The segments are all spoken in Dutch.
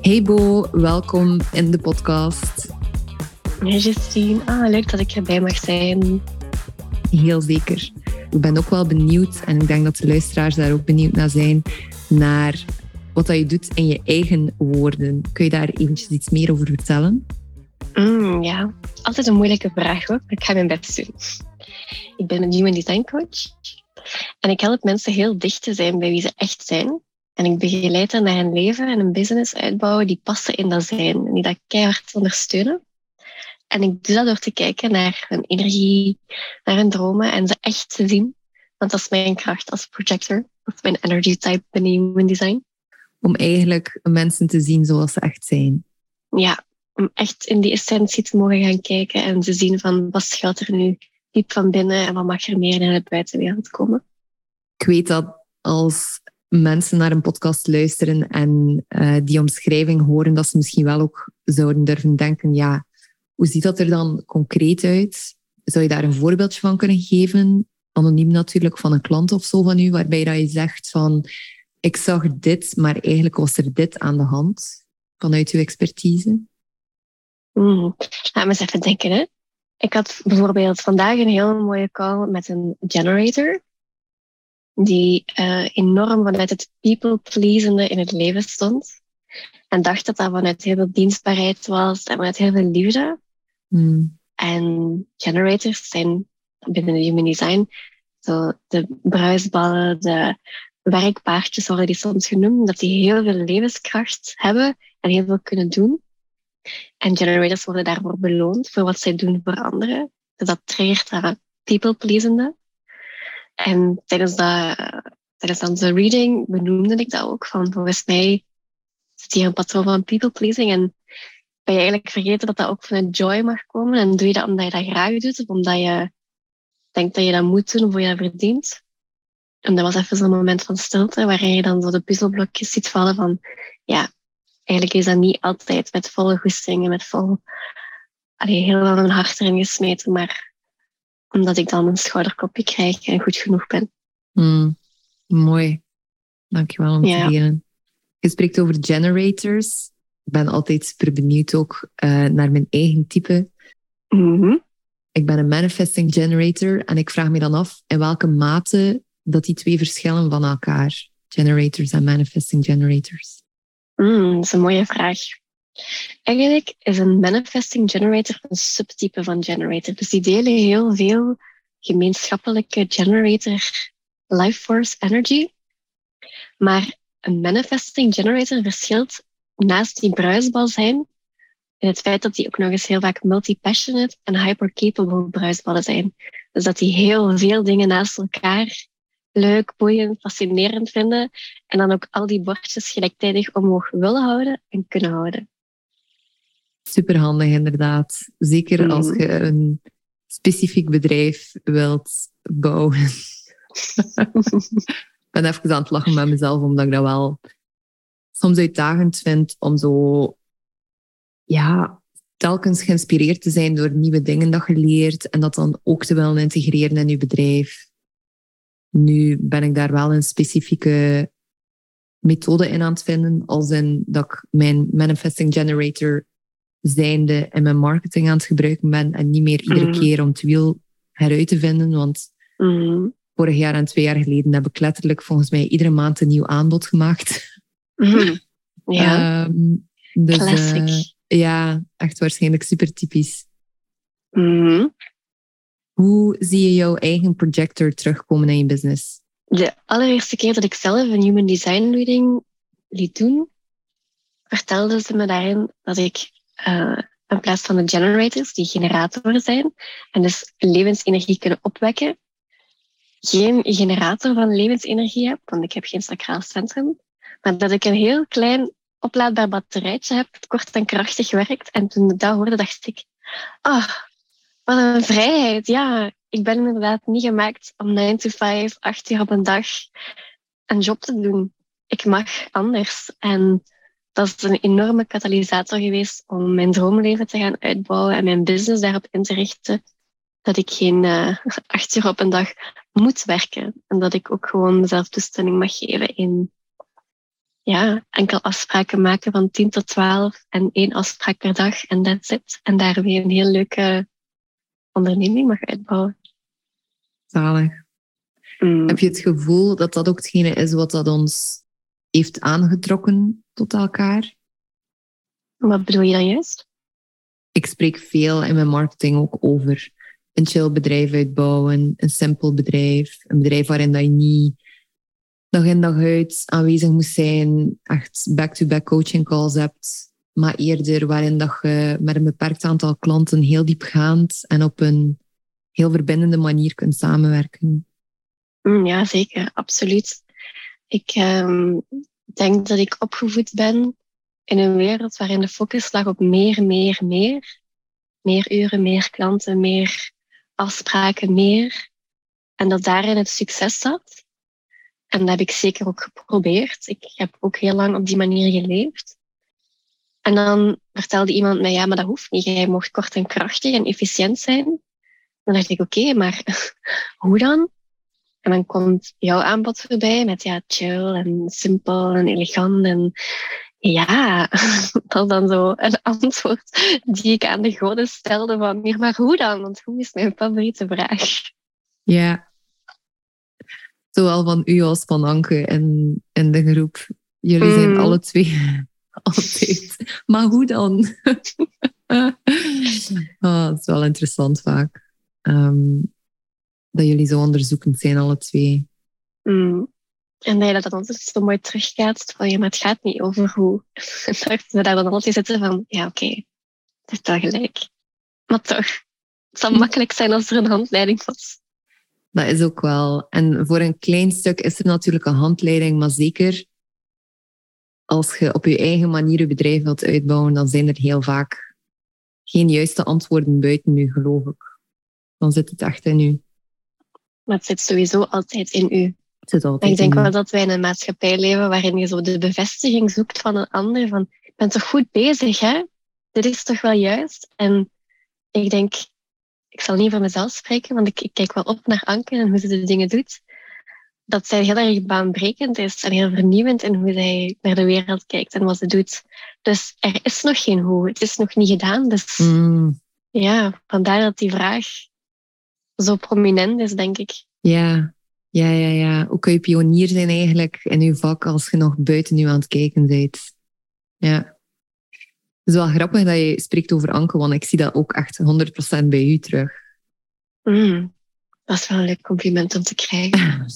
Hey Bo, welkom in de podcast. Hey Justine, leuk dat ik erbij mag zijn. Heel zeker. Ik ben ook wel benieuwd, en ik denk dat de luisteraars daar ook benieuwd naar zijn, naar wat dat je doet in je eigen woorden. Kun je daar eventjes iets meer over vertellen? Ja, altijd een moeilijke vraag hoor. Ik ga mijn best doen. Ik ben een human design coach en ik help mensen heel dicht te zijn bij wie ze echt zijn. En ik begeleid hen naar een leven en een business uitbouwen die passen in dat zijn en die dat keihard ondersteunen. En ik doe dat door te kijken naar hun energie, naar hun dromen en ze echt te zien. Want dat is mijn kracht als projector, of mijn energy type binnen human design. Om eigenlijk mensen te zien zoals ze echt zijn. Ja, om echt in die essentie te mogen gaan kijken en te zien van wat schuilt er nu diep van binnen en wat mag er meer naar de buitenwereld komen. Ik weet dat als mensen naar een podcast luisteren en die omschrijving horen, dat ze misschien wel ook zouden durven denken, ja, hoe ziet dat er dan concreet uit? Zou je daar een voorbeeldje van kunnen geven? Anoniem natuurlijk, van een klant of zo van u, waarbij dat je zegt van, ik zag dit, maar eigenlijk was er dit aan de hand vanuit uw expertise? Laat me eens even denken. Hè. Ik had bijvoorbeeld vandaag een heel mooie call met een generator die enorm vanuit het people-pleasende in het leven stond. En dacht dat dat vanuit heel veel dienstbaarheid was en vanuit heel veel liefde. En generators zijn binnen de human design zo de bruisballen, de werkpaardjes worden die soms genoemd, dat die heel veel levenskracht hebben en heel veel kunnen doen. En generators worden daarvoor beloond voor wat zij doen voor anderen. Dus dat triggert dat people-pleasende. En tijdens onze reading benoemde ik dat ook. Van volgens mij zit hier een patroon van people-pleasing. En ben je eigenlijk vergeten dat dat ook vanuit joy mag komen. En doe je dat omdat je dat graag doet. Of omdat je denkt dat je dat moet doen of je dat verdient. En dat was even zo'n moment van stilte. Waarin je dan zo de puzzelblokjes ziet vallen van... Ja, eigenlijk is dat niet altijd met volle goesting en met heel veel mijn hart erin gesmeten. Maar omdat ik dan een schouderklopje krijg en goed genoeg ben. Mooi. Dankjewel om te delen. Je spreekt over generators. Ik ben altijd super benieuwd ook naar mijn eigen type. Ik ben een manifesting generator en ik vraag me dan af in welke mate dat die twee verschillen van elkaar. Generators en manifesting generators. Dat is een mooie vraag. Eigenlijk is een manifesting generator een subtype van generator. Dus die delen heel veel gemeenschappelijke generator life force energy. Maar een manifesting generator verschilt naast die bruisbal zijn in het feit dat die ook nog eens heel vaak multi-passionate en hyper-capable bruisballen zijn. Dus dat die heel veel dingen naast elkaar leuk, boeiend, fascinerend vinden en dan ook al die bordjes gelijktijdig omhoog willen houden en kunnen houden. Superhandig inderdaad. Zeker als je een specifiek bedrijf wilt bouwen. Ik ben even aan het lachen met mezelf, omdat ik dat wel soms uitdagend vind om zo telkens geïnspireerd te zijn door nieuwe dingen dat je leert en dat dan ook te willen integreren in je bedrijf. Nu ben ik daar wel een specifieke methode in aan het vinden, als in dat ik mijn manifesting generator zijnde in mijn marketing aan het gebruiken ben en niet meer iedere keer om het wiel heruit te vinden. Want vorig jaar en 2 jaar geleden heb ik letterlijk volgens mij iedere maand een nieuw aanbod gemaakt. Ja, dus, classic. Echt waarschijnlijk super typisch. Hoe zie je jouw eigen projector terugkomen in je business? De allereerste keer dat ik zelf een human design reading liet doen, vertelde ze me daarin dat ik in plaats van de generators, die generatoren zijn, en dus levensenergie kunnen opwekken, geen generator van levensenergie heb, want ik heb geen sacraal centrum, maar dat ik een heel klein oplaadbaar batterijtje heb, dat kort en krachtig werkt. En toen ik dat hoorde, dacht ik, wat een vrijheid. Ja, ik ben inderdaad niet gemaakt om 9 to 5, 8 uur op een dag een job te doen. Ik mag anders. En dat is een enorme katalysator geweest om mijn droomleven te gaan uitbouwen en mijn business daarop in te richten. Dat ik geen 8 uur op een dag moet werken. En dat ik ook gewoon mezelf toestemming mag geven in enkel afspraken maken van 10 tot 12 en 1 afspraak per dag en that's it. En daarmee een heel leuke onderneming mag uitbouwen. Zalig. Heb je het gevoel dat dat ook hetgene is wat dat ons heeft aangetrokken tot elkaar? Wat bedoel je dan juist? Ik spreek veel in mijn marketing ook over een chill bedrijf uitbouwen, een simpel bedrijf, een bedrijf waarin dat je niet dag in dag uit aanwezig moet zijn, echt back-to-back coaching calls hebt, maar eerder waarin dat je met een beperkt aantal klanten heel diepgaand en op een heel verbindende manier kunt samenwerken. Ja, zeker. Absoluut. Ik denk dat ik opgevoed ben in een wereld waarin de focus lag op meer. Meer uren, meer klanten, meer afspraken, meer. En dat daarin het succes zat. En dat heb ik zeker ook geprobeerd. Ik heb ook heel lang op die manier geleefd. En dan vertelde iemand mij, ja, maar dat hoeft niet. Jij mocht kort en krachtig en efficiënt zijn. Dan dacht ik, oké, maar hoe dan? En dan komt jouw aanbod voorbij met chill en simpel en elegant. En ja, dat is dan zo een antwoord die ik aan de goden stelde van, maar hoe dan? Want hoe is mijn favoriete vraag? Ja. Zowel van u als van Anke in de groep. Jullie zijn alle twee altijd. Maar hoe dan? Dat is wel interessant vaak. Dat jullie zo onderzoekend zijn, alle twee. En dat je dat altijd zo mooi terugkaatst van, maar het gaat niet over hoe. En dat we daar dan altijd zitten van, oké, het is wel gelijk. Maar toch, het zou makkelijk zijn als er een handleiding was. Dat is ook wel. En voor een klein stuk is er natuurlijk een handleiding, maar zeker als je op je eigen manier je bedrijf wilt uitbouwen, dan zijn er heel vaak geen juiste antwoorden buiten u, geloof ik. Dan zit het echt in u. Maar het zit sowieso altijd in u. Het zit altijd ik denk in u. wel dat wij in een maatschappij leven waarin je zo de bevestiging zoekt van een ander. Van, je bent toch goed bezig, hè? Dit is toch wel juist? En ik denk, ik zal niet voor mezelf spreken, want ik kijk wel op naar Anke en hoe ze de dingen doet. Dat zij heel erg baanbrekend is en heel vernieuwend in hoe zij naar de wereld kijkt en wat ze doet. Dus er is nog geen hoe. Het is nog niet gedaan. Dus vandaar dat die vraag zo prominent is, denk ik. Ja. Hoe kun je pionier zijn eigenlijk in je vak als je nog buiten je aan het kijken bent? Ja. Het is wel grappig dat je spreekt over Anke, want ik zie dat ook echt 100% bij u terug. Dat is wel een leuk compliment om te krijgen.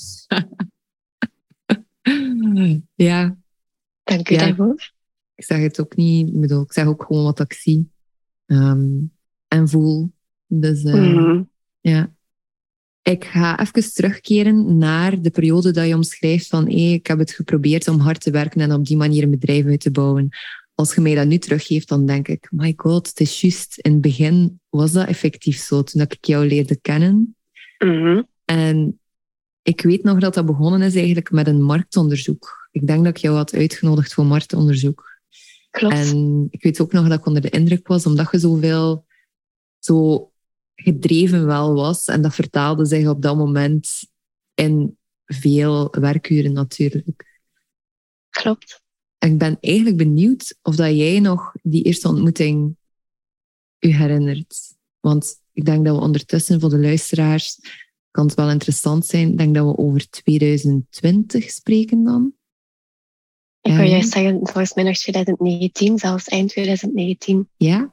Ja. Dank u daarvoor. Ik zeg het ook niet. Ik zeg ook gewoon wat ik zie. En voel. Dus ja. Ik ga even terugkeren naar de periode dat je omschrijft van ik heb het geprobeerd om hard te werken en op die manier een bedrijf uit te bouwen. Als je mij dat nu teruggeeft, dan denk ik, my god, het is juist. In het begin was dat effectief zo, toen ik jou leerde kennen. En ik weet nog dat dat begonnen is eigenlijk met een marktonderzoek. Ik denk dat ik jou had uitgenodigd voor marktonderzoek. Klopt. En ik weet ook nog dat ik onder de indruk was, omdat je zoveel zo gedreven wel was. En dat vertaalde zich op dat moment in veel werkuren natuurlijk. Klopt. En ik ben eigenlijk benieuwd of dat jij nog die eerste ontmoeting je herinnert. Want ik denk dat we ondertussen voor de luisteraars, kan het wel interessant zijn, ik denk dat we over 2020 spreken dan. Ik wil juist zeggen, volgens mij nog 2019, zelfs eind 2019. Ja?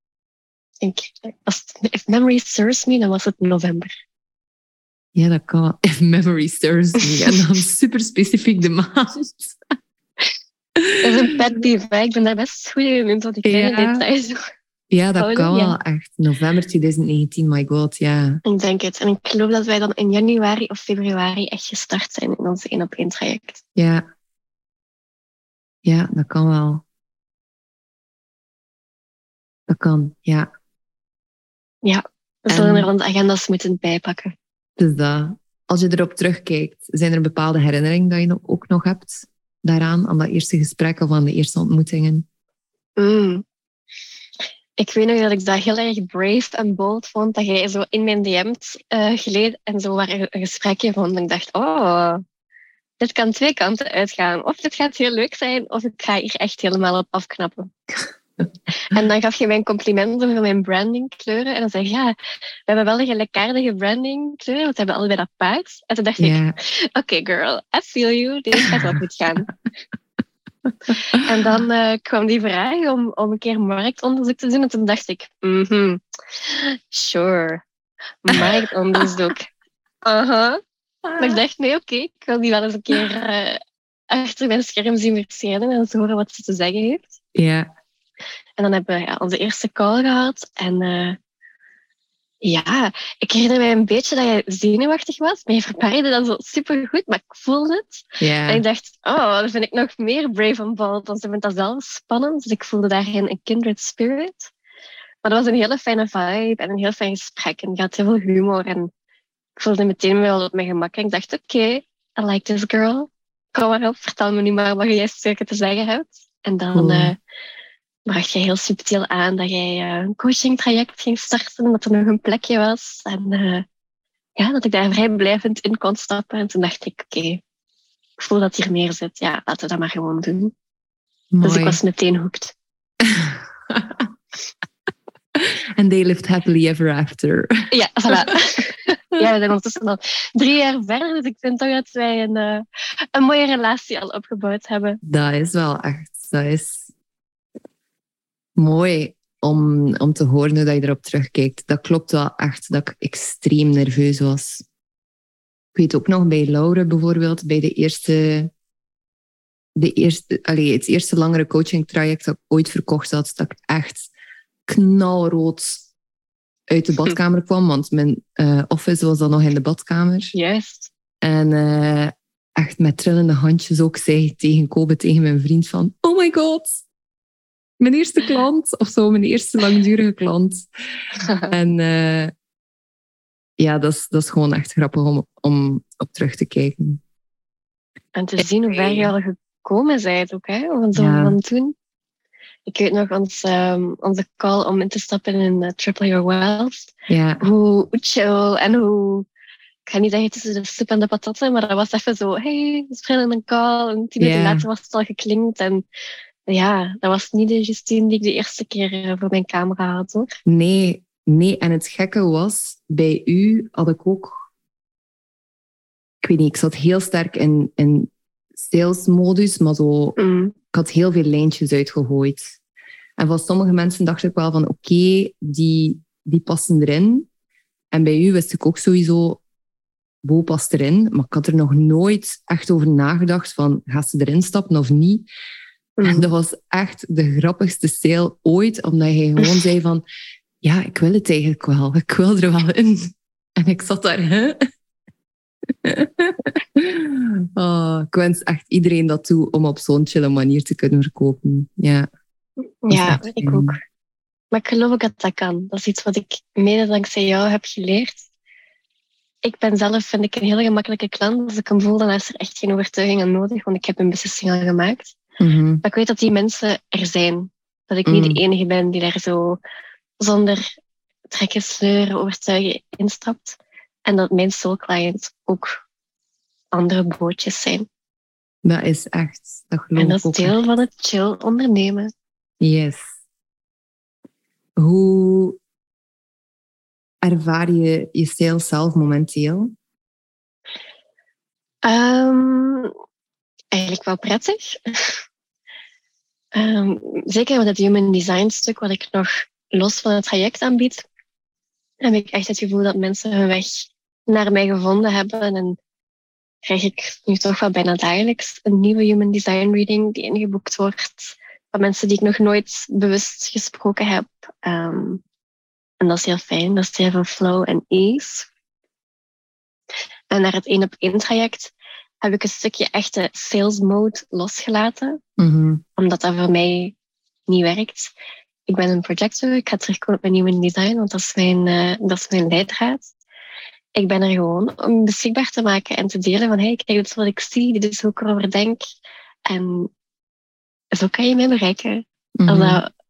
If memory serves me, dan was het november. Ja, dat kan wel. If memory serves me. En dan super specifiek de maand. Dat is een pet peeve. Ik ben daar best goed in tot die kleine details. Ja, dat kan wel echt. November 2019, my god, ja. Ik denk het. En ik geloof dat wij dan in januari of februari echt gestart zijn in ons 1-op-1 traject. Ja. Ja, dat kan wel. Dat kan, ja. Ja, we zullen er onze agendas moeten bijpakken. Dus dat. Als je erop terugkijkt, zijn er bepaalde herinneringen dat je ook nog hebt daaraan, aan dat eerste gesprek of aan de eerste ontmoetingen? Ik weet nog dat ik dat heel erg brave en bold vond, dat jij zo in mijn DM's geleden en zo waar een gesprekje vond. En ik dacht, dit kan twee kanten uitgaan. Of dit gaat heel leuk zijn, of ik ga hier echt helemaal op afknappen. En dan gaf je mij een compliment over mijn brandingkleuren. En dan zei je, ja, we hebben wel een gelijkaardige brandingkleuren, want we hebben allebei dat paars. En toen dacht ik, oké girl, I feel you, dit gaat wel goed gaan. En dan kwam die vraag om een keer marktonderzoek te doen. En toen dacht ik, sure, marktonderzoek. Maar ik dacht, nee, oké, ik wil die wel eens een keer achter mijn scherm zien verschijnen en eens horen wat ze te zeggen heeft. Ja. En dan hebben we onze eerste call gehad. En ik herinner mij een beetje dat je zenuwachtig was. Maar je verpaarde dat zo supergoed, maar ik voelde het. Ja. En ik dacht, dat vind ik nog meer brave and bold. Want ze vindt dat zelf spannend. Dus ik voelde daarin een kindred spirit. Maar dat was een hele fijne vibe en een heel fijn gesprek. En je had heel veel humor. En ik voelde meteen wel op mijn gemak. En ik dacht, oké, I like this girl. Kom maar op, vertel me nu maar wat jij sterker te zeggen hebt. En dan bracht je heel subtiel aan dat jij een coachingtraject ging starten, dat er nog een plekje was. En dat ik daar vrijblijvend in kon stappen. En toen dacht ik, oké, ik voel dat hier meer zit. Ja, laten we dat maar gewoon doen. Mooi. Dus ik was meteen hooked. And they lived happily ever after. Ja, voilà. Ja, we zijn ondertussen al 3 jaar verder, dus ik vind toch dat wij een mooie relatie al opgebouwd hebben. Dat is wel echt, dat is mooi om te horen hoe dat je erop terugkijkt. Dat klopt wel echt, dat ik extreem nerveus was. Ik weet ook nog bij Laura bijvoorbeeld, bij het eerste langere coachingtraject dat ik ooit verkocht had, dat ik echt knalrood uit de badkamer kwam, want mijn office was dan nog in de badkamer. Juist. En echt met trillende handjes ook zei tegen Kobe, tegen mijn vriend van, oh my god, mijn eerste klant, of zo, mijn eerste langdurige klant. En dat is gewoon echt grappig om op terug te kijken. En te zien hoe ver je al gekomen bent ook, hè? Van toen. Ik weet nog onze call om in te stappen in Triple Your Wealth. Ja. Hoe chill en hoe... Ik ga niet zeggen tussen de soep en de patatten, maar dat was even zo... Hey, we spelen in een call. En 10 minuten later was het al geklinkt. En ja, dat was niet de Justine die ik de eerste keer voor mijn camera had, hoor. Nee. En het gekke was, bij u had ik ook... Ik weet niet, ik zat heel sterk in salesmodus, maar zo... Ik had heel veel lijntjes uitgegooid. En van sommige mensen dacht ik wel van oké, die passen erin. En bij u wist ik ook sowieso, Bo past erin. Maar ik had er nog nooit echt over nagedacht van, gaat ze erin stappen of niet? En dat was echt de grappigste sale ooit, omdat hij gewoon zei van, ja, ik wil het eigenlijk wel. Ik wil er wel in. En ik zat daar, hè? Ik wens echt iedereen dat toe om op zo'n chille manier te kunnen verkopen. Ja, ik ook. Maar ik geloof ook dat dat kan. Dat is iets wat ik mede dankzij jou heb geleerd. Ik ben zelf, vind ik, een hele gemakkelijke klant. Als ik hem voel, dan is er echt geen overtuiging aan nodig, want ik heb een beslissing al gemaakt. Maar ik weet dat die mensen er zijn. Dat ik niet de enige ben die daar zo zonder trekken, sleuren, overtuigen instapt. En dat mijn soul clients ook andere bootjes zijn. Dat is echt, dat geloof ik ook. En dat is deel van het chill ondernemen. Yes. Hoe ervaar je sales zelf momenteel? Eigenlijk wel prettig. Zeker met het human design stuk wat ik nog los van het traject aanbied, heb ik echt het gevoel dat mensen hun weg naar mij gevonden hebben. En krijg ik nu toch wel bijna dagelijks een nieuwe human design reading die ingeboekt wordt van mensen die ik nog nooit bewust gesproken heb. En dat is heel fijn. Dat is heel veel flow en ease. En naar het 1-op-1 traject heb ik een stukje echte sales mode losgelaten. Omdat dat voor mij niet werkt. Ik ben een projector. Ik ga terugkomen op mijn human design, want dat is mijn leidraad. Ik ben er gewoon om beschikbaar te maken en te delen van hey, kijk, dit is wat ik zie, dit is hoe ik erover denk. En zo kan je mij bereiken.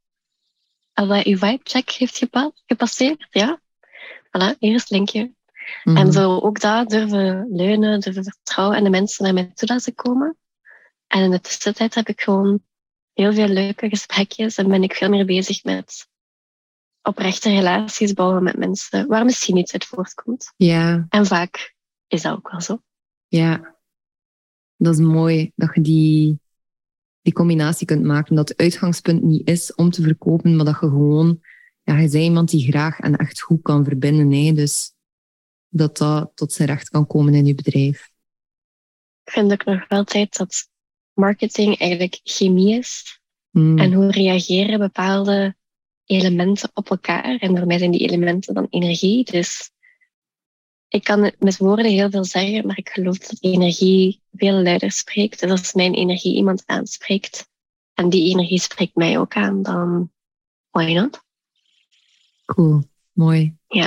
Als dat je vibe check heeft gepasseerd, ja. Voilà, hier is het linkje. En zo ook dat durven leunen, durven vertrouwen en de mensen naar mij toe laten komen. En in de tussentijd heb ik gewoon heel veel leuke gesprekjes en ben ik veel meer bezig met oprechte relaties bouwen met mensen waar misschien iets uit voortkomt. Ja. En vaak is dat ook wel zo. Ja, dat is mooi dat je die combinatie kunt maken. Dat het uitgangspunt niet is om te verkopen, maar dat je gewoon... Ja, je bent iemand die graag en echt goed kan verbinden. Hè? Dus dat tot zijn recht kan komen in je bedrijf. Ik vind ook nog altijd dat marketing eigenlijk chemie is. En hoe reageren bepaalde elementen op elkaar. En voor mij zijn die elementen dan energie. Dus ik kan met woorden heel veel zeggen, maar ik geloof dat energie veel luider spreekt. Dus als mijn energie iemand aanspreekt en die energie spreekt mij ook aan, dan why not? Cool, mooi. Ja.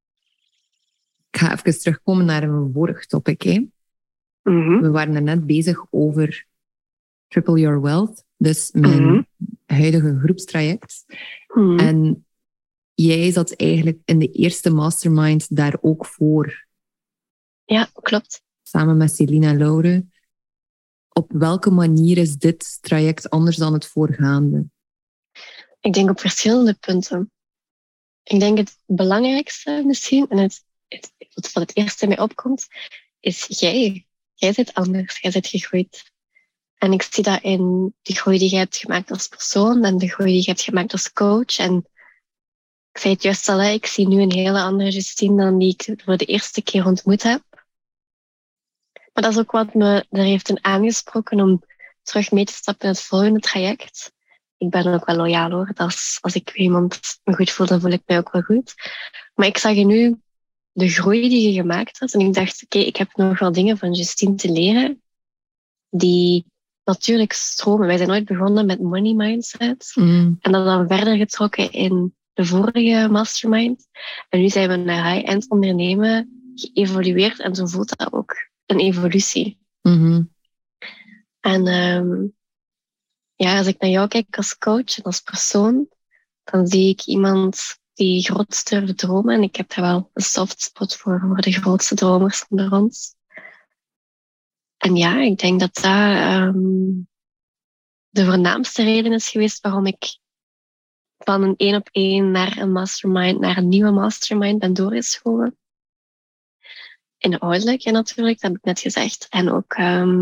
Ik ga even terugkomen naar een vorig topic. Hè. We waren er net bezig over Triple Your Wealth, dus mijn huidige groepstraject. En jij zat eigenlijk in de eerste mastermind daar ook voor. Ja, klopt. Samen met Celina Laure. Op welke manier is dit traject anders dan het voorgaande? Ik denk op verschillende punten. Ik denk het belangrijkste misschien, en wat het eerste mij opkomt, is jij. Jij bent anders, jij bent gegroeid. En ik zie dat in de groei die jij hebt gemaakt als persoon en de groei die je hebt gemaakt als coach. En ik zei het juist al, ik zie nu een hele andere Justine dan die ik voor de eerste keer ontmoet heb. Maar dat is ook wat me er heeft aangesproken om terug mee te stappen in het volgende traject. Ik ben ook wel loyaal hoor. Als ik iemand me goed voel, dan voel ik mij ook wel goed. Maar ik zag nu de groei die je gemaakt had. En ik dacht, oké, ik heb nog wel dingen van Justine te leren die natuurlijk stromen. Wij zijn ooit begonnen met money mindset. En dat dan verder getrokken in de vorige mastermind. En nu zijn we naar high-end ondernemen geëvolueerd. En zo voelt dat ook. Een evolutie. En als ik naar jou kijk als coach en als persoon, dan zie ik iemand die groot durft dromen. En ik heb daar wel een soft spot voor de grootste dromers onder ons. En ja, ik denk dat dat de voornaamste reden is geweest waarom ik van een 1-op-1 naar een mastermind, naar een nieuwe mastermind ben doorgeschoven. Inhoudelijk natuurlijk, dat heb ik net gezegd. En ook,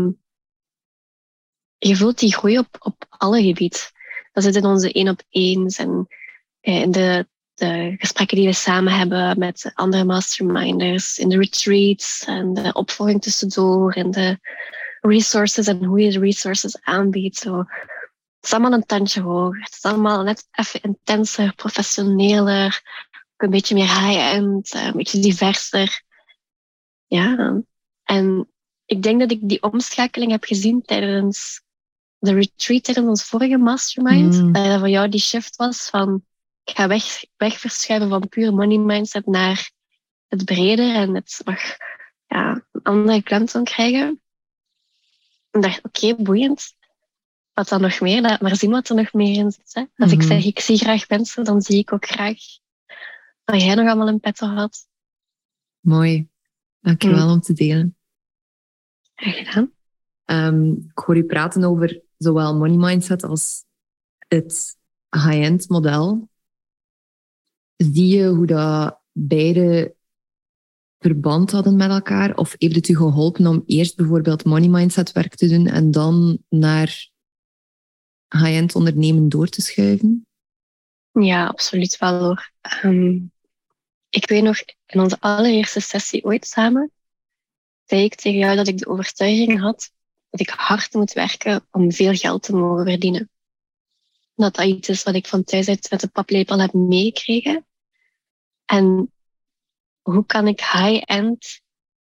je voelt die groei op alle gebieden. Dat zit in onze 1-op-1's en in de gesprekken die we samen hebben met andere masterminders, in de retreats en de opvolging tussendoor en de resources en hoe je de resources aanbiedt. Zo. Het is allemaal een tandje hoger. Het is allemaal net even intenser, professioneler, een beetje meer high-end, een beetje diverser. Ja, en ik denk dat ik die omschakeling heb gezien tijdens de retreat, tijdens ons vorige mastermind. Dat voor jou die shift was van ik ga weg verschuiven van puur money mindset naar het breder en het nog een andere klanten krijgen. En dacht, oké, boeiend. Wat dan nog meer? Laat maar zien wat er nog meer in zit. Hè? Als ik zeg, ik zie graag mensen, dan zie ik ook graag wat jij nog allemaal in petto had. Mooi. Dankjewel om te delen. Graag gedaan. Ik hoor je praten over zowel money mindset als het high-end model. Zie je hoe dat beide verband hadden met elkaar? Of heeft het u geholpen om eerst bijvoorbeeld money mindset werk te doen en dan naar high-end ondernemen door te schuiven? Ja, absoluut wel hoor. Ik weet nog, in onze allereerste sessie ooit samen, zei ik tegen jou dat ik de overtuiging had dat ik hard moet werken om veel geld te mogen verdienen. Dat iets is wat ik van thuis uit met de paplepel heb meegekregen. En hoe kan ik high-end,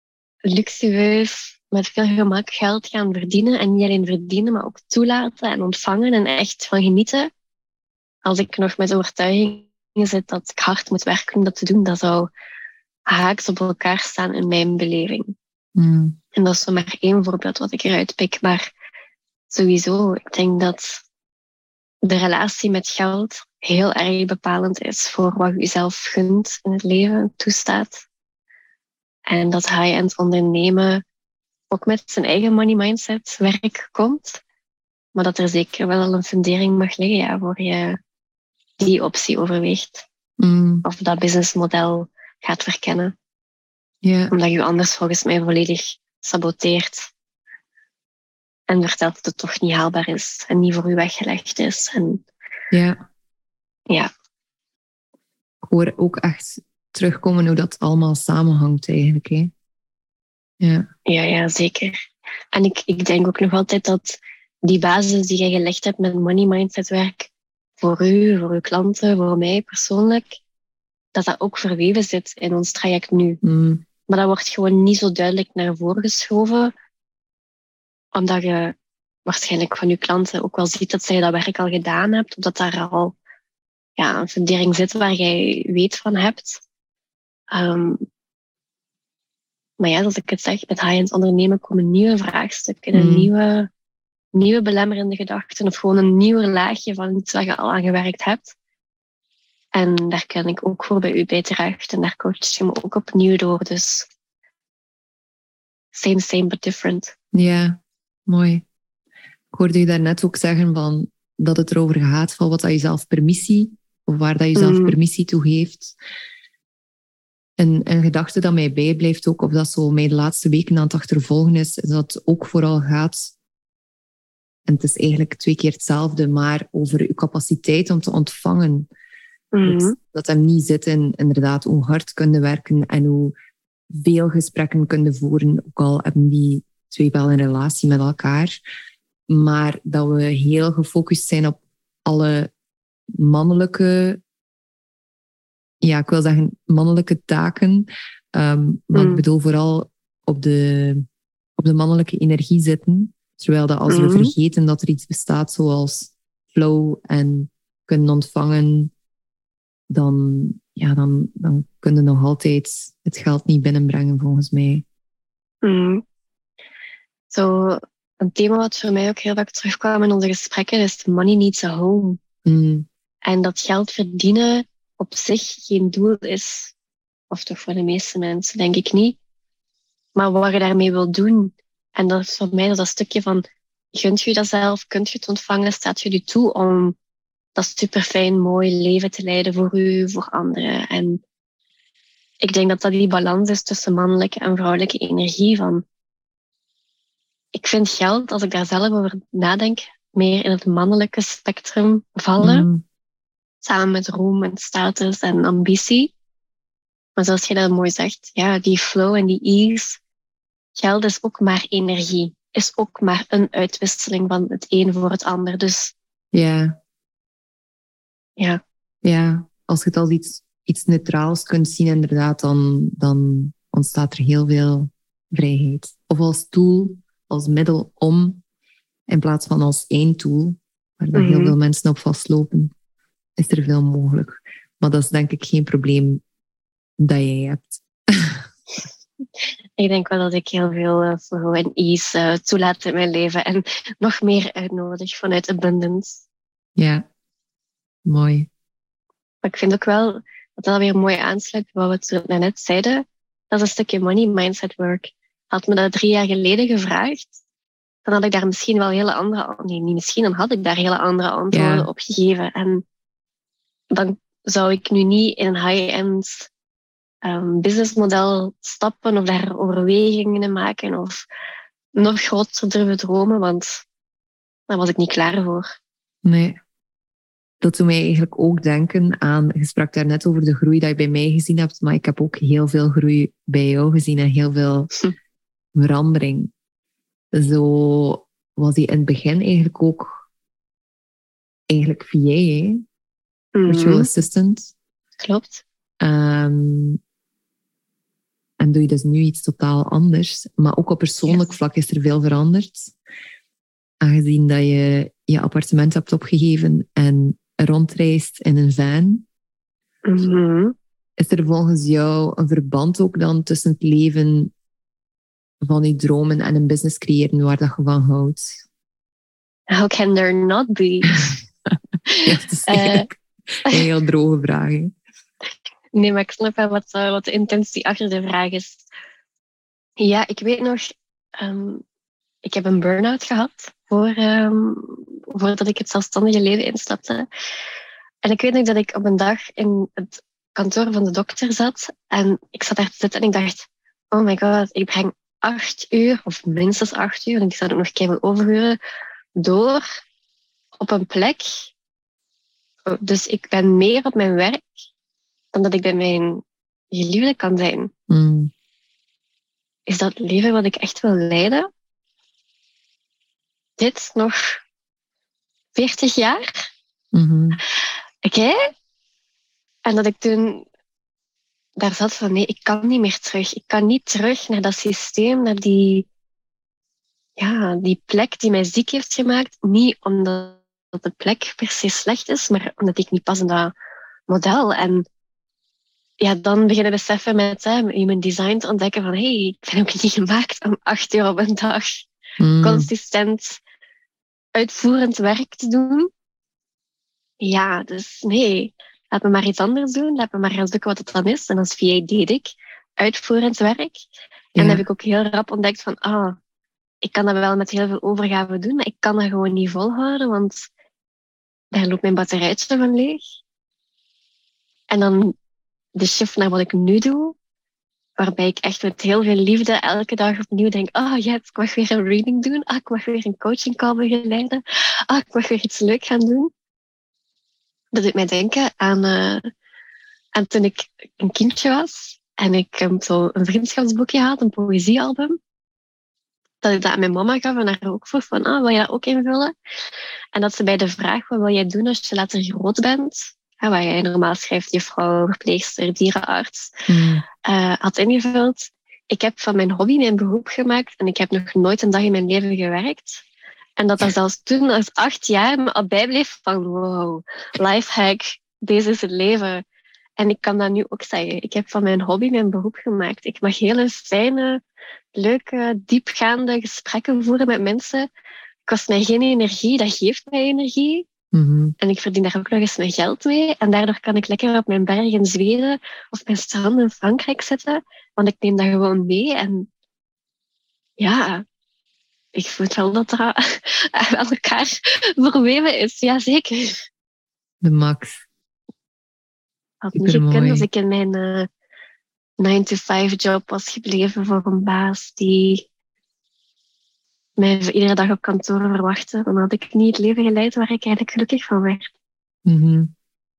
luxueus, met veel gemak geld gaan verdienen? En niet alleen verdienen, maar ook toelaten en ontvangen en echt van genieten. Als ik nog met overtuiging zit dat ik hard moet werken om dat te doen, dat zou haaks op elkaar staan in mijn beleving. En dat is zo maar één voorbeeld wat ik eruit pik. Maar sowieso, ik denk dat de relatie met geld heel erg bepalend is voor wat je zelf gunt in het leven, toestaat. En dat high-end ondernemen ook met zijn eigen money mindset werk komt. Maar dat er zeker wel al een fundering mag liggen, ja, voor je die optie overweegt. Of dat businessmodel gaat verkennen. Ja. Omdat je anders volgens mij volledig saboteert. En vertelt dat het toch niet haalbaar is. En niet voor u weggelegd is. En ja. Ik hoor ook echt terugkomen hoe dat allemaal samenhangt eigenlijk. Hè? Ja, zeker. En ik denk ook nog altijd dat die basis die jij gelegd hebt met money mindset werk, voor u, voor uw klanten, voor mij persoonlijk, dat ook verweven zit in ons traject nu. Maar dat wordt gewoon niet zo duidelijk naar voren geschoven, omdat je waarschijnlijk van je klanten ook wel ziet dat zij dat werk al gedaan hebt, of dat daar al een fundering zit waar jij weet van hebt. Maar ja, zoals ik het zeg, met high-end ondernemen komen nieuwe vraagstukken en nieuwe belemmerende gedachten of gewoon een nieuw laagje van iets waar je al aan gewerkt hebt. En daar kan ik ook voor bij u bij terecht en daar coach je me ook opnieuw door. Dus same but different. Ja, mooi. Ik hoorde je daarnet ook zeggen van dat het erover gaat van wat dat je zelf permissie, of waar dat je zelf permissie toe geeft. En een gedachte dat mij bijblijft ook, of dat zo mij de laatste weken aan het achtervolgen is dat het ook vooral gaat, en het is eigenlijk 2 keer hetzelfde, maar over je capaciteit om te ontvangen. Dat hem niet zit in inderdaad hoe hard kunnen werken en hoe veel gesprekken kunnen voeren, ook al hebben die 2 wel een relatie met elkaar. Maar dat we heel gefocust zijn op alle mannelijke, ik wil zeggen mannelijke taken. Maar ik bedoel vooral op de mannelijke energie zitten. Terwijl dat als we vergeten dat er iets bestaat zoals flow en kunnen ontvangen, dan kunnen we nog altijd het geld niet binnenbrengen, volgens mij. Zo, een thema wat voor mij ook heel vaak terugkwam in onze gesprekken is money needs a home. En dat geld verdienen op zich geen doel is. Of toch voor de meeste mensen, denk ik niet. Maar wat je daarmee wil doen. En dat is voor mij dat stukje van, gunt je dat zelf, kunt je het ontvangen, staat je je toe om dat super fijn, mooi leven te leiden voor u, voor anderen. En ik denk dat dat die balans is tussen mannelijke en vrouwelijke energie. Van, ik vind geld, als ik daar zelf over nadenk, meer in het mannelijke spectrum vallen. Samen met roem en status en ambitie. Maar zoals je dat mooi zegt, die flow en die ease. Geld is ook maar energie. Is ook maar een uitwisseling van het een voor het ander. Dus ja, als je het als iets neutraals kunt zien, inderdaad, dan ontstaat er heel veel vrijheid. Of als tool, als middel om, in plaats van als één tool, waar dan heel veel mensen op vastlopen, is er veel mogelijk. Maar dat is denk ik geen probleem dat jij hebt. Ik denk wel dat ik heel veel flow en ease toelaat in mijn leven en nog meer uitnodig vanuit abundance. Ja, mooi. Maar ik vind ook wel dat dat weer mooi aansluit bij wat we net zeiden. Dat is een stukje money mindset work. Had me dat 3 jaar geleden gevraagd, dan had ik daar misschien wel hele andere... Nee, niet misschien, dan had ik daar hele andere antwoorden op gegeven. En dan zou ik nu niet in een high-end businessmodel stappen of daar overwegingen maken of nog groter durven dromen, want daar was ik niet klaar voor. Nee. Dat doet mij eigenlijk ook denken aan, je sprak daar net over de groei dat je bij mij gezien hebt, maar ik heb ook heel veel groei bij jou gezien en heel veel verandering. Zo was die in het begin eigenlijk ook VA, virtual assistant. Klopt. En doe je dus nu iets totaal anders. Maar ook op persoonlijk vlak is er veel veranderd. Aangezien dat je je appartement hebt opgegeven en rondreist in een van. Is er volgens jou een verband ook dan tussen het leven van je dromen en een business creëren waar dat je van houdt? How can there not be? Ja, dat is eigenlijk een heel droge vraag. Hè? Nee, maar ik snap wel wat de intentie achter de vraag is. Ja, ik weet nog, ik heb een burn-out gehad voordat ik het zelfstandige leven instapte. En ik weet nog dat ik op een dag in het kantoor van de dokter zat en ik zat daar te zitten en ik dacht, oh my god, ik breng 8 uur of minstens 8 uur, en ik zat ook nog keihard overuren, door op een plek. Dus ik ben meer op mijn werk dan dat ik bij mijn geliefde kan zijn. Mm. Is dat het leven wat ik echt wil leiden? Dit nog 40 jaar? Mhm. Oké? En dat ik toen daar zat van nee, ik kan niet meer terug. Ik kan niet terug naar dat systeem, naar die plek die mij ziek heeft gemaakt. Niet omdat de plek per se slecht is, maar omdat ik niet pas in dat model. En ja, dan beginnen beseffen met human design te ontdekken van hey, ik ben ook niet gemaakt om 8 uur op een dag consistent uitvoerend werk te doen. Ja, dus nee, laat me maar iets anders doen. Laat me maar gaan zoeken wat het dan is. En als VA deed ik uitvoerend werk. En heb ik ook heel rap ontdekt van, ik kan dat wel met heel veel overgave doen, maar ik kan dat gewoon niet volhouden, want daar loopt mijn batterijtje van leeg. En dan de shift naar wat ik nu doe, waarbij ik echt met heel veel liefde elke dag opnieuw denk, ik mag weer een reading doen. Ik mag weer een coaching call begeleiden. Ik mag weer iets leuk gaan doen. Dat doet mij denken aan toen ik een kindje was en ik zo een vriendschapsboekje had, een poëziealbum. Dat ik dat aan mijn mama gaf en haar ook vroeg van, wil je dat ook invullen? En dat ze bij de vraag, wat wil jij doen als je later groot bent? Waar jij normaal schrijft, juffrouw, verpleegster, dierenarts, had ingevuld. Ik heb van mijn hobby mijn beroep gemaakt en ik heb nog nooit een dag in mijn leven gewerkt. En dat er zelfs toen, als 8 jaar, me al bijbleef van, wow, lifehack, deze is het leven. En ik kan dat nu ook zeggen. Ik heb van mijn hobby mijn beroep gemaakt. Ik mag hele fijne, leuke, diepgaande gesprekken voeren met mensen. Het kost mij geen energie, dat geeft mij energie. Mm-hmm. En ik verdien daar ook nog eens mijn geld mee. En daardoor kan ik lekker op mijn berg in Zweden of mijn strand in Frankrijk zitten. Want ik neem dat gewoon mee. En ja, ik voel wel dat dat aan elkaar verweven is. Jazeker. De max. Had niet gekund als ik in mijn 9-to-5 job was gebleven voor een baas die mij iedere dag op kantoor verwachtte. Dan had ik niet het leven geleid waar ik eigenlijk gelukkig van werd. Mm-hmm.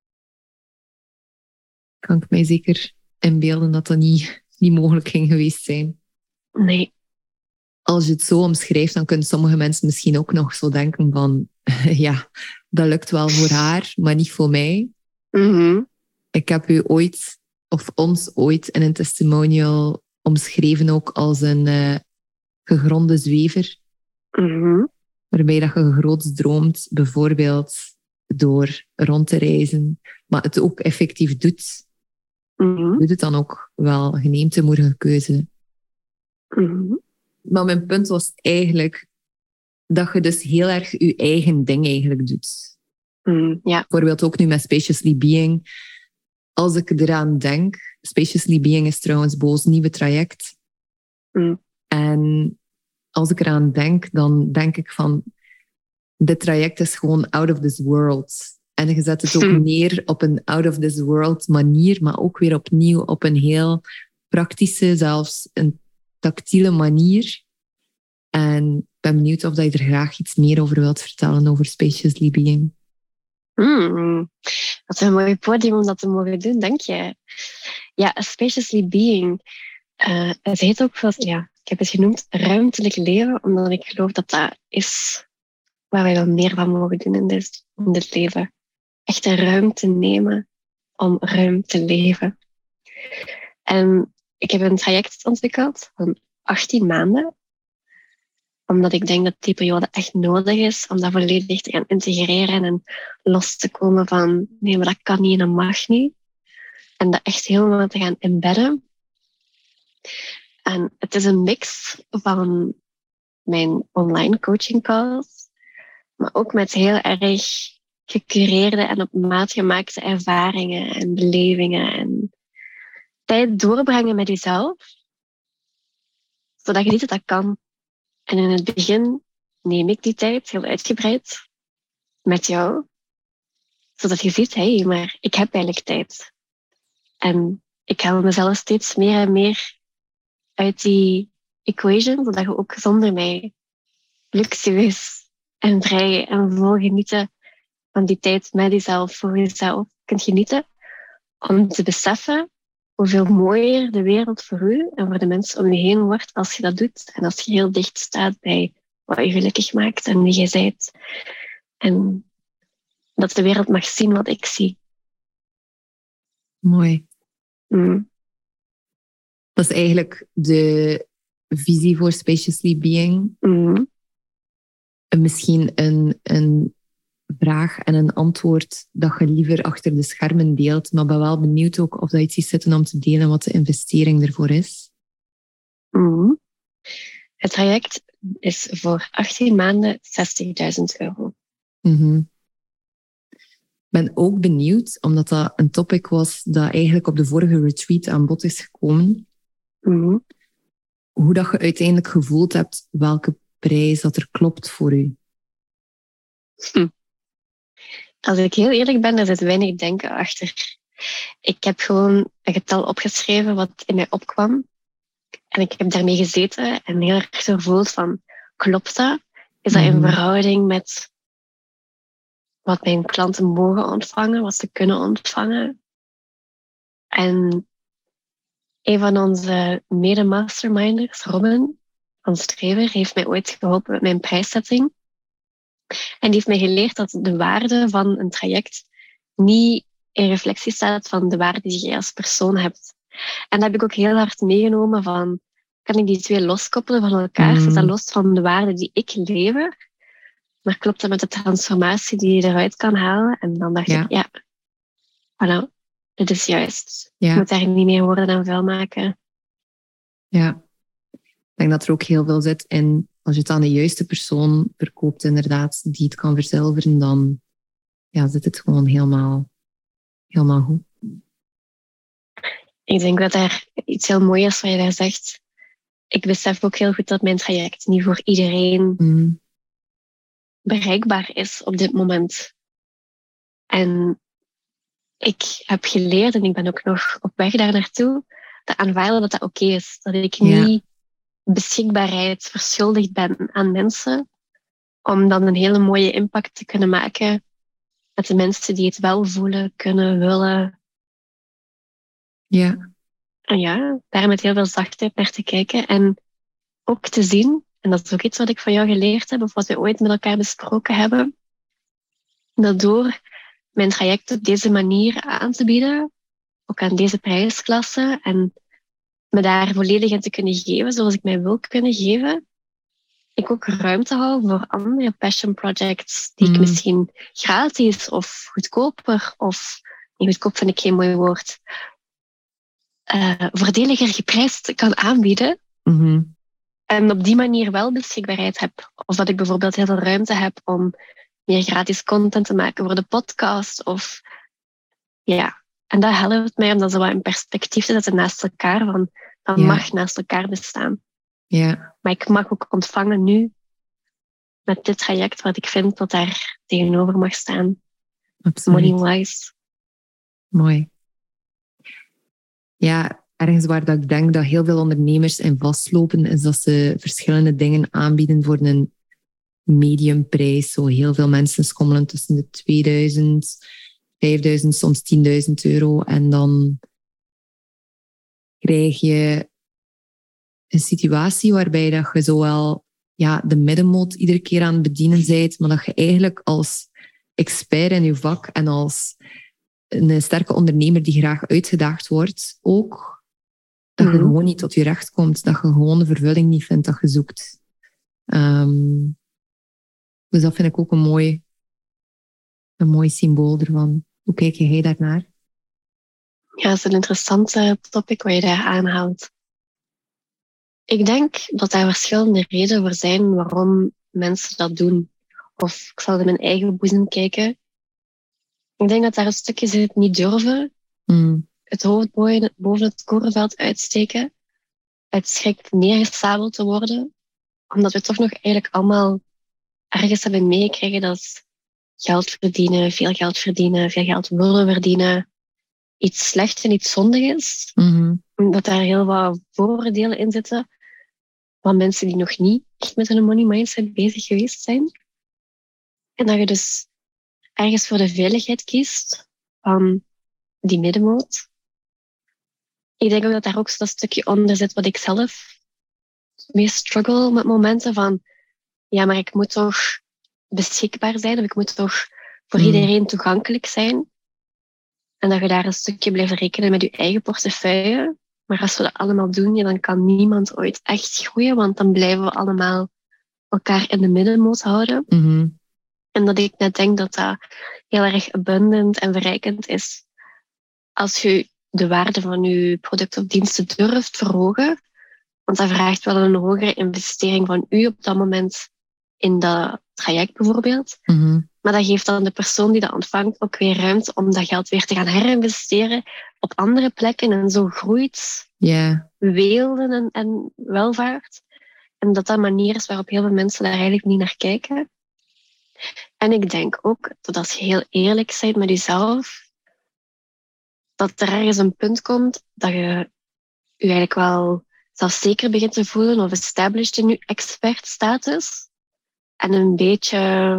Kan ik mij zeker inbeelden dat dat niet mogelijk ging geweest zijn. Nee. Als je het zo omschrijft, dan kunnen sommige mensen misschien ook nog zo denken van ja, dat lukt wel voor haar, maar niet voor mij. Mm-hmm. Ik heb u ooit, of ons ooit, in een testimonial omschreven ook als een gegronde zwever. Mm-hmm. Waarbij dat je groots droomt, bijvoorbeeld door rond te reizen, maar het ook effectief doet. Mm-hmm. Doet het dan ook wel, je neemt de moedige keuze. Mm-hmm. Maar mijn punt was eigenlijk dat je dus heel erg je eigen ding eigenlijk doet. Ja. Bijvoorbeeld ook nu met Spaciously Being. Als ik eraan denk, Spaciously Being is trouwens Bo's nieuwe traject. En als ik eraan denk, dan denk ik van, dit traject is gewoon out of this world. En je zet het ook neer op een out of this world manier, maar ook weer opnieuw op een heel praktische, zelfs een tactiele manier. En ik ben benieuwd of je er graag iets meer over wilt vertellen, over Spaciously Being. Wat een mooi podium om dat te mogen doen, dank je. Ja, Spaciously Being. Het heet ook, ik heb het genoemd, ruimtelijk leven, omdat ik geloof dat dat is waar wij wel meer van mogen doen in dit leven. Echt de ruimte nemen om ruim te leven. En ik heb een traject ontwikkeld van 18 maanden. Omdat ik denk dat die periode echt nodig is om dat volledig te gaan integreren en los te komen van nee, maar dat kan niet en dat mag niet. En dat echt helemaal te gaan embedden. En het is een mix van mijn online coaching calls, maar ook met heel erg gecureerde en op maat gemaakte ervaringen en belevingen en tijd doorbrengen met jezelf. zodat je ziet dat dat kan. En in het begin neem ik die tijd heel uitgebreid met jou, zodat je ziet, hé, maar ik heb eigenlijk tijd. En ik haal mezelf steeds meer en meer uit die equation, zodat je ook zonder mij luxueus en vrij en vol genieten van die tijd met jezelf, voor jezelf kunt genieten, om te beseffen hoeveel mooier de wereld voor u en voor de mensen om je heen wordt als je dat doet. En als je heel dicht staat bij wat je gelukkig maakt en wie je bent. En dat de wereld mag zien wat ik zie. Mooi. Mm. Dat is eigenlijk de visie voor Spaciously Being. Mm. En misschien een vraag en een antwoord dat je liever achter de schermen deelt, maar ben wel benieuwd ook of dat je iets ziet zitten om te delen wat de investering ervoor is. Mm. Het traject is voor 18 maanden €60.000. Mm-hmm. Ik ben ook benieuwd, omdat dat een topic was dat eigenlijk op de vorige retreat aan bod is gekomen, Mm. hoe dat je uiteindelijk gevoeld hebt welke prijs dat er klopt voor u. Als ik heel eerlijk ben, er zit weinig denken achter. Ik heb gewoon een getal opgeschreven wat in mij opkwam. En ik heb daarmee gezeten en heel erg gevoeld van, klopt dat? Is dat in verhouding met wat mijn klanten mogen ontvangen, wat ze kunnen ontvangen? En een van onze mede-masterminders, Robin van Strever, heeft mij ooit geholpen met mijn prijszetting. En die heeft mij geleerd dat de waarde van een traject niet in reflectie staat van de waarde die je als persoon hebt. En dat heb ik ook heel hard meegenomen van, kan ik die twee loskoppelen van elkaar? Staat dat los van de waarde die ik lever? Maar klopt dat met de transformatie die je eruit kan halen? En dan dacht ik, ja, voilà, dit is juist. Ja. Je moet daar niet meer woorden aan vuil maken. Ja, ik denk dat er ook heel veel zit in, als je het aan de juiste persoon verkoopt, inderdaad, die het kan verzilveren, dan zit het gewoon helemaal goed. Ik denk dat daar iets heel moois is wat je daar zegt. Ik besef ook heel goed dat mijn traject niet voor iedereen bereikbaar is op dit moment. En ik heb geleerd, en ik ben ook nog op weg daar naartoe, te aanvaarden dat dat oké is. Dat ik niet beschikbaarheid verschuldigd ben aan mensen, om dan een hele mooie impact te kunnen maken met de mensen die het wel voelen, kunnen, willen. Ja. En ja, daar met heel veel zachtheid naar te kijken. En ook te zien, en dat is ook iets wat ik van jou geleerd heb, of wat we ooit met elkaar besproken hebben, dat door mijn traject op deze manier aan te bieden, ook aan deze prijsklasse, en me daar volledig in te kunnen geven zoals ik mij wil kunnen geven, ik ook ruimte hou voor andere passion projects die ik misschien gratis of goedkoper, of niet goedkoop vind ik geen mooi woord, voordeliger geprijsd kan aanbieden. En op die manier wel beschikbaarheid heb. Of dat ik bijvoorbeeld heel veel ruimte heb om meer gratis content te maken voor de podcast. Of ja, en dat helpt mij om dat zo wat in perspectief te zetten naast elkaar. Van, dat mag naast elkaar bestaan. Ja. Maar ik mag ook ontvangen nu met dit traject wat ik vind dat daar tegenover mag staan. Absoluut. Money-wise. Mooi. Ja, ergens waar dat ik denk dat heel veel ondernemers in vastlopen, is dat ze verschillende dingen aanbieden voor een mediumprijs. Zo heel veel mensen schommelen tussen de 2000, 5000, soms 10.000 euro. En dan krijg je een situatie waarbij dat je zowel de middenmoot iedere keer aan het bedienen bent, maar dat je eigenlijk als expert in je vak en als een sterke ondernemer die graag uitgedaagd wordt, ook dat je gewoon niet tot je recht komt, dat je gewoon de vervulling niet vindt dat je zoekt. Dus dat vind ik ook een mooi symbool ervan. Hoe kijk jij daarnaar? Ja, dat is een interessante topic wat je daar aanhaalt. Ik denk dat daar verschillende redenen voor zijn waarom mensen dat doen. Of ik zal in mijn eigen boezem kijken. Ik denk dat daar een stukje zit niet durven. Het hoofd boven het korenveld uitsteken. het schrikt neergesabeld te worden. Omdat we toch nog eigenlijk allemaal ergens hebben meegekregen dat geld verdienen, veel geld willen verdienen, iets slecht en iets zondig is. Mhm. Dat daar heel wat vooroordelen in zitten van mensen die nog niet echt met een money mindset bezig geweest zijn. En dat je dus ergens voor de veiligheid kiest van die middenmoot. Ik denk ook dat daar ook zo'n stukje onder zit wat ik zelf mee struggle met momenten van ja, maar ik moet toch beschikbaar zijn of ik moet toch voor iedereen toegankelijk zijn. En dat je daar een stukje blijft rekenen met je eigen portefeuille. Maar als we dat allemaal doen, ja, dan kan niemand ooit echt groeien, want dan blijven we allemaal elkaar in de middenmoot houden. Mhm. En dat ik net denk dat dat heel erg abundant en verrijkend is. Als je de waarde van je product of diensten durft verhogen, want dat vraagt wel een hogere investering van u op dat moment in dat traject bijvoorbeeld. Mhm. Maar dat geeft dan de persoon die dat ontvangt ook weer ruimte om dat geld weer te gaan herinvesteren op andere plekken. En zo groeit weelde en welvaart. En dat een manier is waarop heel veel mensen daar eigenlijk niet naar kijken. En ik denk ook dat als je heel eerlijk bent met jezelf, dat er ergens een punt komt dat je je eigenlijk wel zelfzeker begint te voelen of established in je expertstatus. En een beetje,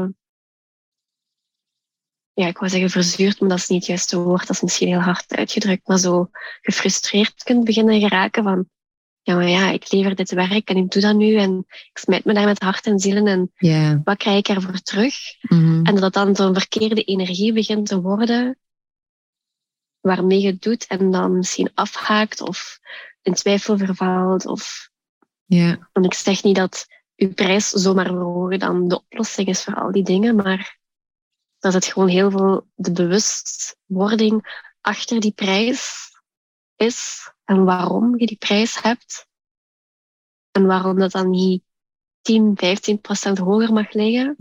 ja, ik wou zeggen verzuurd, maar dat is niet het juiste woord. Dat is misschien heel hard uitgedrukt, maar zo gefrustreerd kunt beginnen geraken van ja, maar ja, ik lever dit werk en ik doe dat nu en ik smijt me daar met hart en zielen en wat krijg ik ervoor terug? Mhm. En dat dan zo'n verkeerde energie begint te worden waarmee je het doet en dan misschien afhaakt of in twijfel vervalt. Want ik zeg niet dat je prijs zomaar verhogen dan de oplossing is voor al die dingen, maar dat het gewoon heel veel de bewustwording achter die prijs is en waarom je die prijs hebt en waarom dat dan niet 10-15% hoger mag liggen.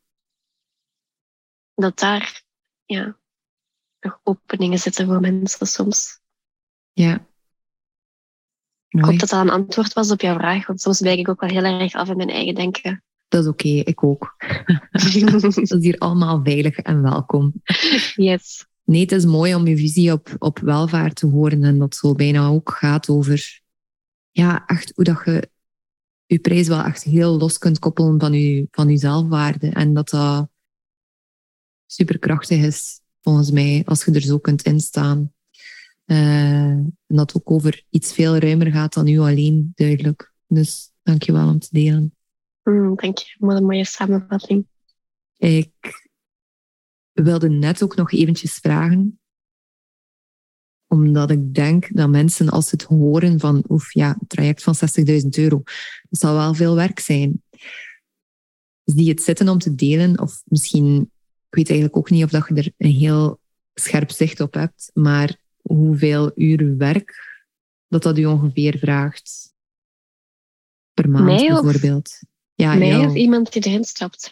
Dat daar nog openingen zitten voor mensen soms. Ja. Ik hoop dat dat een antwoord was op jouw vraag, want soms wijk ik ook wel heel erg af in mijn eigen denken. Dat is oké, ik ook. Dat is hier allemaal veilig en welkom. Yes. Nee, het is mooi om je visie op welvaart te horen en dat zo bijna ook gaat over echt hoe dat je je prijs wel echt heel los kunt koppelen van je zelfwaarde en dat dat superkrachtig is, volgens mij, als je er zo kunt instaan. En dat ook over iets veel ruimer gaat dan u alleen, duidelijk. Dus dank je wel om te delen. Dank je, wat een mooie samenvatting. Ik wilde net ook nog eventjes vragen, omdat ik denk dat mensen, als ze het horen van het traject van €60.000, dat zal wel veel werk zijn. Die het zitten om te delen, of misschien, ik weet eigenlijk ook niet of dat je er een heel scherp zicht op hebt, maar hoeveel uur werk dat u ongeveer vraagt per maand mij bijvoorbeeld. Mij of iemand die erin stapt.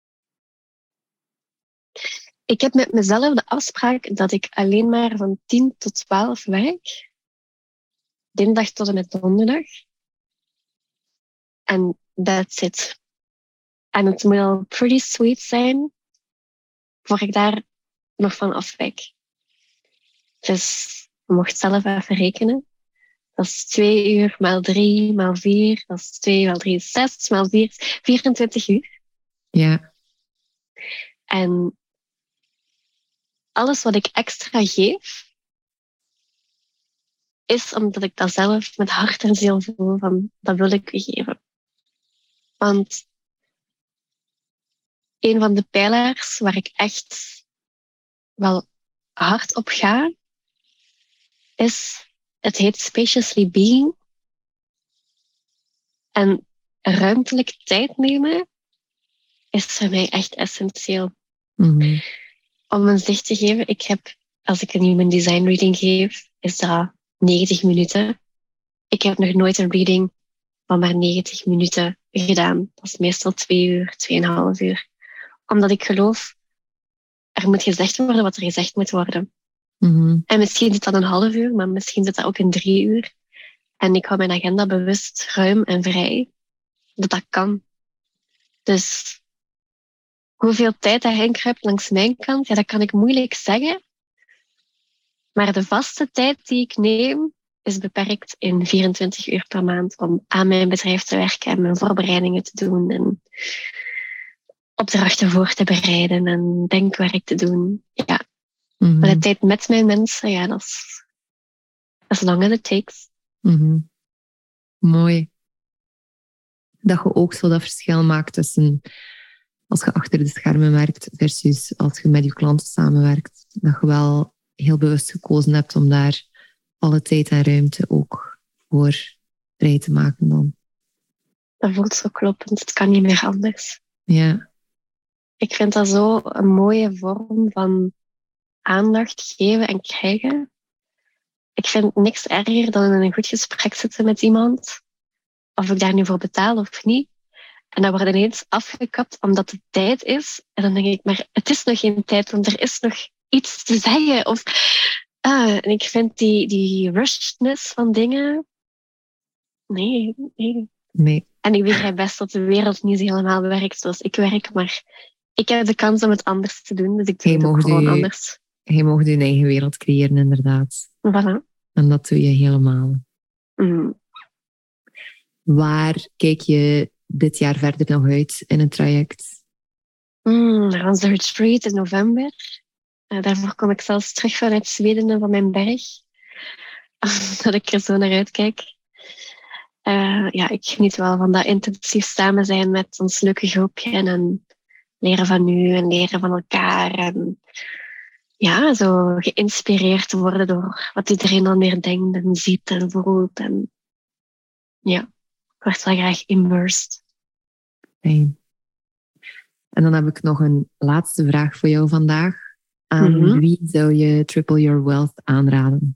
Ik heb met mezelf de afspraak dat ik alleen maar van 10 tot 12 werk. Dinsdag tot en met donderdag. En that's it. En het moet al pretty sweet zijn voor ik daar nog van afwijk. Dus je mocht zelf even rekenen. Dat is 2 uur maal 3 maal 4. Dat is 2 maal 3 is 6 maal 4 is 24 uur. Ja. En alles wat ik extra geef, is omdat ik dat zelf met hart en ziel voel van, dat wil ik u geven. Want een van de pijlers waar ik echt wel hard op ga, is, het heet Spaciously Being. En ruimtelijk tijd nemen is voor mij echt essentieel. Mm-hmm. Om een zicht te geven, ik heb, als ik een human design reading geef, is dat 90 minuten. Ik heb nog nooit een reading van maar 90 minuten gedaan. Dat is meestal 2 uur, 2,5 uur. Omdat ik geloof, er moet gezegd worden wat er gezegd moet worden. Mm-hmm. En misschien zit dat een half uur, maar misschien zit dat ook in 3 uur. En ik hou mijn agenda bewust ruim en vrij. Dat kan. Dus hoeveel tijd hij inkruipt langs mijn kant, ja, dat kan ik moeilijk zeggen. Maar de vaste tijd die ik neem, is beperkt in 24 uur per maand om aan mijn bedrijf te werken en mijn voorbereidingen te doen en opdrachten voor te bereiden en denkwerk te doen. Ja. Maar de tijd met mijn mensen, ja, dat is as long as it takes. Mooi. Dat je ook zo dat verschil maakt tussen als je achter de schermen werkt versus als je met je klanten samenwerkt. Dat je wel heel bewust gekozen hebt om daar alle tijd en ruimte ook voor vrij te maken dan. Dat voelt zo kloppend. Het kan niet meer anders. Ja. Ik vind dat zo een mooie vorm van aandacht geven en krijgen. Ik vind niks erger dan in een goed gesprek zitten met iemand. Of ik daar nu voor betaal of niet. En dat wordt ineens afgekapt omdat het tijd is. En dan denk ik, maar het is nog geen tijd, want er is nog iets te zeggen. En ik vind die rushedness van dingen... Nee. En ik begrijp best dat de wereld niet helemaal werkt zoals ik werk, maar ik heb de kans om het anders te doen, dus ik doe het ook gewoon anders. Je mag je eigen wereld creëren, inderdaad. Voilà. En dat doe je helemaal. Waar kijk je dit jaar verder nog uit in het traject? Naar onze retreat in november. Daarvoor kom ik zelfs terug vanuit Zweden en van mijn berg. Dat ik er zo naar uitkijk. Ik geniet wel van dat intensief samen zijn met ons leuke groepje en leren van u en leren van elkaar. En ja, zo geïnspireerd worden door wat iedereen dan weer denkt en ziet en voelt. En ja, ik word wel graag immersed. Fijn. En dan heb ik nog een laatste vraag voor jou vandaag. Aan wie zou je Triple Your Wealth aanraden?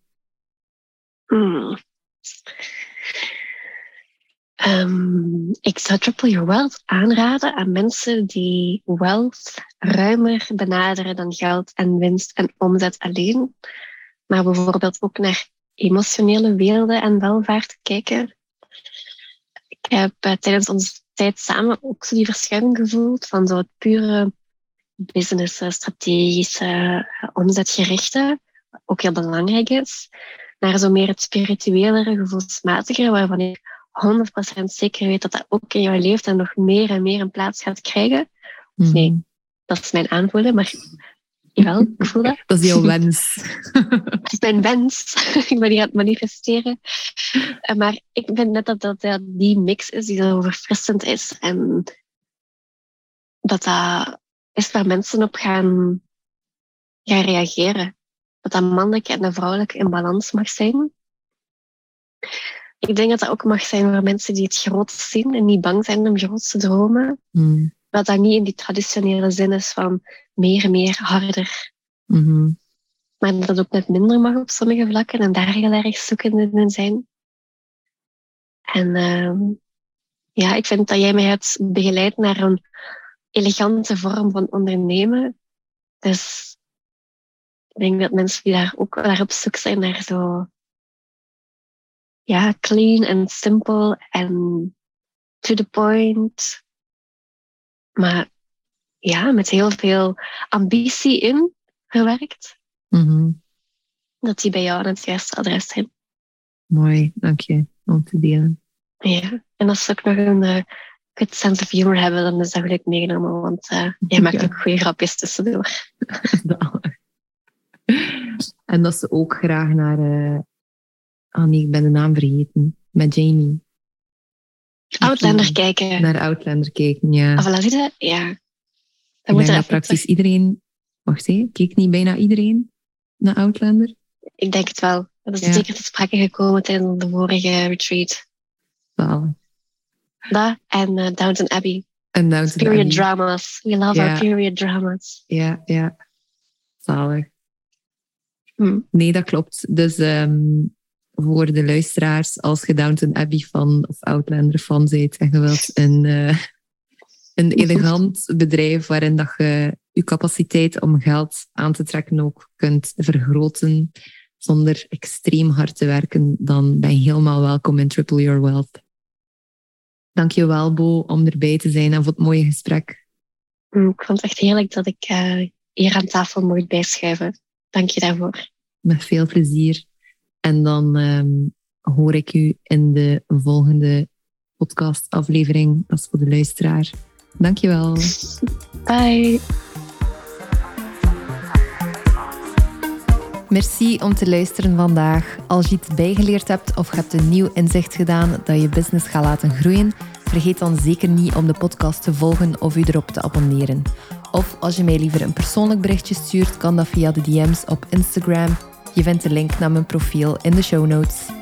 Ik zou Triple Your Wealth aanraden aan mensen die wealth ruimer benaderen dan geld en winst en omzet alleen. Maar bijvoorbeeld ook naar emotionele weelde en welvaart kijken. Ik heb tijdens onze tijd samen ook zo die verschuiving gevoeld van zo het pure business, strategische, omzetgerichte, wat ook heel belangrijk is, naar zo meer het spirituelere, gevoelsmatigere, waarvan ik 100% zeker weet dat dat ook in jouw leven nog meer en meer een plaats gaat krijgen. Nee, dat is mijn aanvoelen, maar jawel, ik voel dat. Dat is jouw wens. Dat is mijn wens. Ik ben hier aan het manifesteren. Maar ik vind net dat die mix is die zo verfrissend is. En dat is waar mensen op gaan reageren. Dat mannelijke en vrouwelijke in balans mag zijn. Ik denk dat dat ook mag zijn voor mensen die het groot zien en niet bang zijn om groot te dromen. Dat dat niet in die traditionele zin is van meer, harder. Maar dat het ook net minder mag op sommige vlakken en daar heel erg zoekende in zijn. En ik vind dat jij mij hebt begeleid naar een elegante vorm van ondernemen. Dus ik denk dat mensen die daar ook naar op zoek zijn naar zo clean en simple en to the point. Maar met heel veel ambitie in gewerkt. Dat die bij jou aan het juiste adres zijn. Mooi, dank je om te delen. Ja, en als ze ook nog een good sense of humor hebben, dan is dat gelijk meegenomen, want jij maakt ook goede grapjes tussendoor. En dat ze ook graag naar... ik ben de naam vergeten. Met Jamie. Outlander kijken. Naar Outlander kijken, ja. Voilà, zie je? Ja. Ik denk dat praktisch iedereen... Wacht, keek niet bijna iedereen naar Outlander? Ik denk het wel. Dat is zeker te sprake gekomen tijdens de vorige retreat. Wel. Dat en Downton Abbey. En Downton period Abbey. Dramas. We love our period dramas. Ja. Zalig. Nee, dat klopt. Dus voor de luisteraars, als je Downton Abbey fan of Outlander fan bent en je wilt een elegant bedrijf waarin dat je je capaciteit om geld aan te trekken ook kunt vergroten, zonder extreem hard te werken, dan ben je helemaal welkom in Triple Your Wealth. Dank je wel, Bo, om erbij te zijn en voor het mooie gesprek. Ik vond het echt heerlijk dat ik hier aan tafel mocht bijschuiven. Dank je daarvoor. Met veel plezier. En dan hoor ik u in de volgende podcastaflevering. Dat is voor de luisteraar. Dank je wel. Bye. Merci om te luisteren vandaag. Als je iets bijgeleerd hebt of je hebt een nieuw inzicht gedaan dat je business gaat laten groeien, vergeet dan zeker niet om de podcast te volgen of u erop te abonneren. Of als je mij liever een persoonlijk berichtje stuurt, kan dat via de DM's op Instagram. Je vindt de link naar mijn profiel in de show notes.